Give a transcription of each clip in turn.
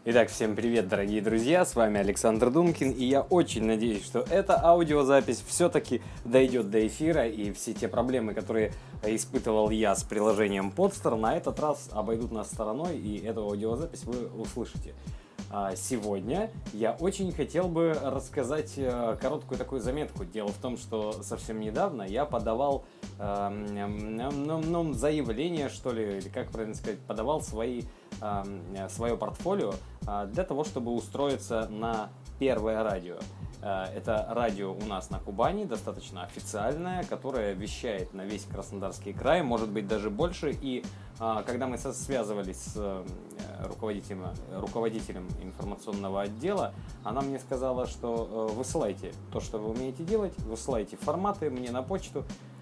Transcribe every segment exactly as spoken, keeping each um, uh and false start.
Итак, всем привет, дорогие друзья, с вами Александр Думкин, и я очень надеюсь, что эта аудиозапись все-таки дойдет до эфира, и все те проблемы, которые испытывал я с приложением Podster, на этот раз обойдут нас стороной, и эту аудиозапись вы услышите. Сегодня я очень хотел бы рассказать короткую такую заметку. Дело в том, что совсем недавно я подавал э, ну, заявление, что ли, или как правильно сказать, подавал свои, э, свое портфолио для того, чтобы устроиться на Первое радио. Это радио у нас на Кубани, достаточно официальное, которое вещает на весь Краснодарский край, может быть даже больше. И когда мы связывались с руководителем, руководителем информационного отдела, она мне сказала, что высылайте то, что вы умеете делать, высылайте форматы мне на почту,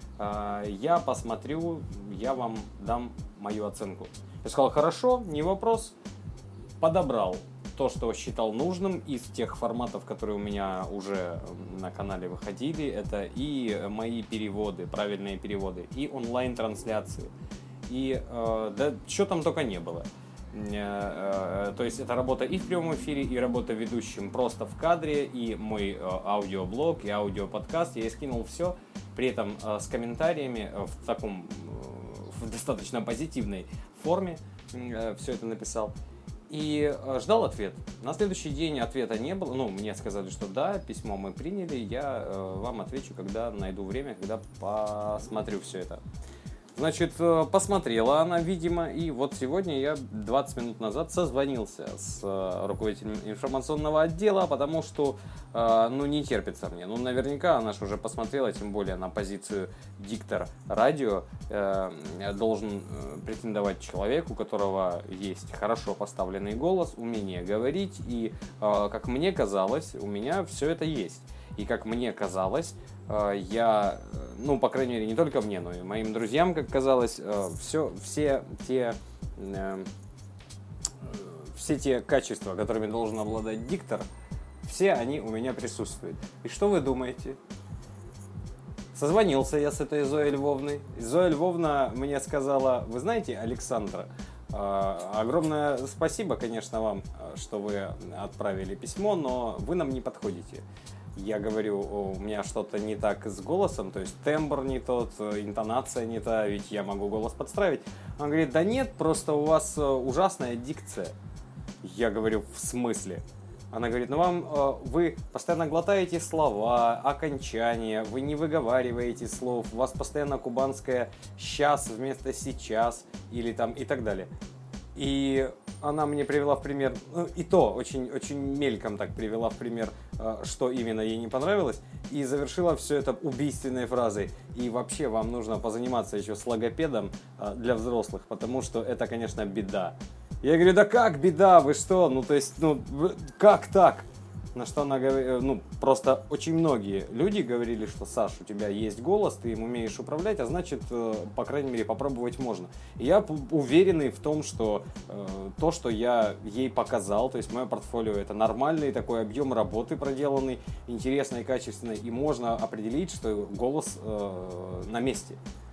я посмотрю, я вам дам мою оценку. Я сказал, хорошо, не вопрос, подобрал то, что считал нужным из тех форматов, которые у меня уже на канале выходили. Это и мои переводы, правильные переводы, и онлайн-трансляции, и э, да что там только не было. Э, э, то есть это работа и в прямом эфире, и работа ведущим просто в кадре, и мой э, аудиоблог, и аудиоподкаст. Я скинул все, при этом э, с комментариями э, в таком, э, в достаточно позитивной форме э, все это написал. И ждал ответ. На следующий день ответа не было. Ну, мне сказали, что да, письмо мы приняли. Я э, вам отвечу, когда найду время, когда посмотрю все это. Значит, посмотрела она, видимо, и вот сегодня я двадцать минут назад созвонился с руководителем информационного отдела, потому что, ну, не терпится мне. Ну, наверняка она же уже посмотрела, тем более на позицию диктор радио. Должен претендовать человек, у которого есть хорошо поставленный голос, умение говорить, и, как мне казалось, у меня все это есть. И, как мне казалось, я, ну, по крайней мере, не только мне, но и моим друзьям, как казалось, все, все те, все те качества, которыми должен обладать диктор, все они у меня присутствуют. И что вы думаете? Созвонился я с этой Зоей Львовной. Зоя Львовна мне сказала, вы знаете, Александра, огромное спасибо, конечно, вам, что вы отправили письмо, но вы нам не подходите. Я говорю, у меня что-то не так с голосом, то есть тембр не тот, интонация не та, ведь я могу голос подстраивать. Она говорит, да нет, просто у вас ужасная дикция. Я говорю, в смысле? Она говорит, ну вам, вы постоянно глотаете слова, окончания, вы не выговариваете слов, у вас постоянно кубанское «щас» вместо «сейчас» или там и так далее. И она мне привела в пример, ну, и то очень, очень мельком так привела в пример, что именно ей не понравилось, и завершила все это убийственной фразой. И вообще вам нужно позаниматься еще с логопедом для взрослых, потому что это, конечно, беда. Я говорю, да как беда, вы что? Ну, то есть, ну, как так? На что она говорит, ну, просто очень многие люди говорили, что, Саш, у тебя есть голос, ты им умеешь управлять, а значит, по крайней мере, попробовать можно. И я уверенный в том, что э, то, что я ей показал, то есть мое портфолио, это нормальный такой объем работы проделанный, интересный, качественный, и можно определить, что голос э, на месте.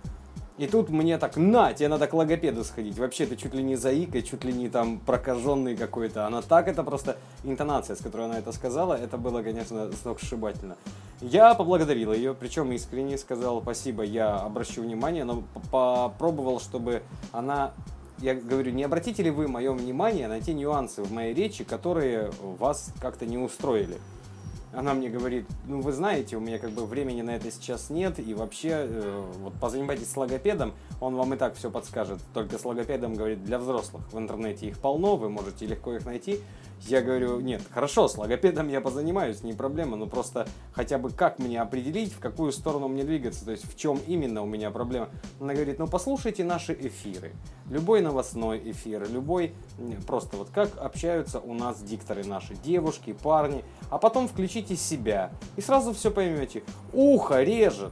И тут мне так, на, тебе надо к логопеду сходить. Вообще, ты чуть ли не заика, чуть ли не там прокаженный какой-то. Она так, это просто интонация, с которой она это сказала, это было, конечно, сногсшибательно. Я поблагодарил ее, причем искренне сказал спасибо, я обращу внимание, но попробовал, чтобы она... Я говорю, не обратите ли вы мое внимание на те нюансы в моей речи, которые вас как-то не устроили? Она мне говорит, ну вы знаете, у меня как бы времени на это сейчас нет, и вообще, э, вот позанимайтесь с логопедом, он вам и так все подскажет. Только с логопедом, говорит, для взрослых. В интернете их полно, вы можете легко их найти. Я говорю, нет, хорошо, с логопедом я позанимаюсь, не проблема, но просто хотя бы как мне определить, в какую сторону мне двигаться, то есть в чем именно у меня проблема. Она говорит, ну послушайте наши эфиры, любой новостной эфир, любой, просто вот как общаются у нас дикторы наши, девушки, парни, а потом включите себя и сразу все поймете, ухо режет.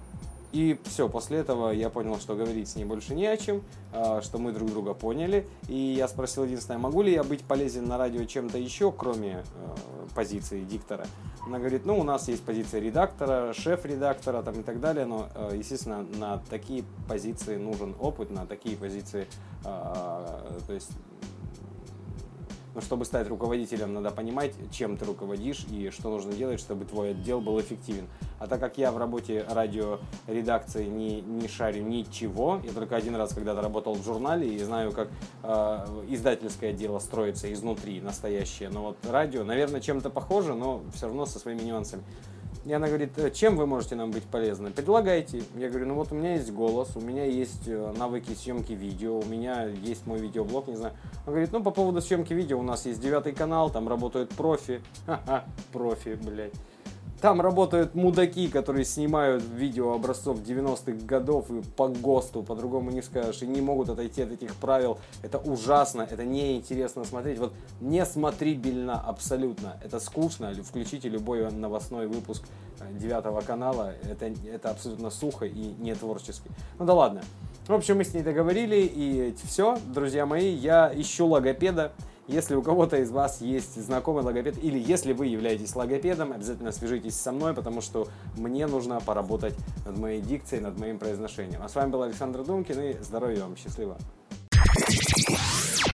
И все, после этого я понял, что говорить с ней больше не о чем, что мы друг друга поняли. И я спросил единственное, могу ли я быть полезен на радио чем-то еще, кроме позиции диктора. Она говорит, ну у нас есть позиция редактора, шеф-редактора там, и так далее, но, естественно, на такие позиции нужен опыт, на такие позиции, то есть... но чтобы стать руководителем, надо понимать, чем ты руководишь и что нужно делать, чтобы твой отдел был эффективен. А так как я в работе радиоредакции не, не шарю ничего, я только один раз когда-то работал в журнале и знаю, как э, издательское дело строится изнутри, настоящее. Но вот радио, наверное, чем-то похоже, но все равно со своими нюансами. И она говорит, чем вы можете нам быть полезны? Предлагайте. Я говорю, ну вот у меня есть голос, у меня есть навыки съемки видео, у меня есть мой видеоблог, не знаю. Она говорит, ну по поводу съемки видео у нас есть девятый канал, там работают профи. Ха-ха, профи, блядь. Там работают мудаки, которые снимают видео образцов девяностых годов и по ГОСТу, по-другому не скажешь, и не могут отойти от этих правил. Это ужасно, это неинтересно смотреть. Вот не смотрибельно абсолютно. Это скучно. Включите любой новостной выпуск девятого канала. Это, это абсолютно сухо и не творчески. Ну да ладно. В общем, мы с ней договорили, и все, друзья мои, я ищу логопеда. Если у кого-то из вас есть знакомый логопед, или если вы являетесь логопедом, обязательно свяжитесь со мной, потому что мне нужно поработать над моей дикцией, над моим произношением. А с вами был Александр Думкин, и здоровья вам, счастливо!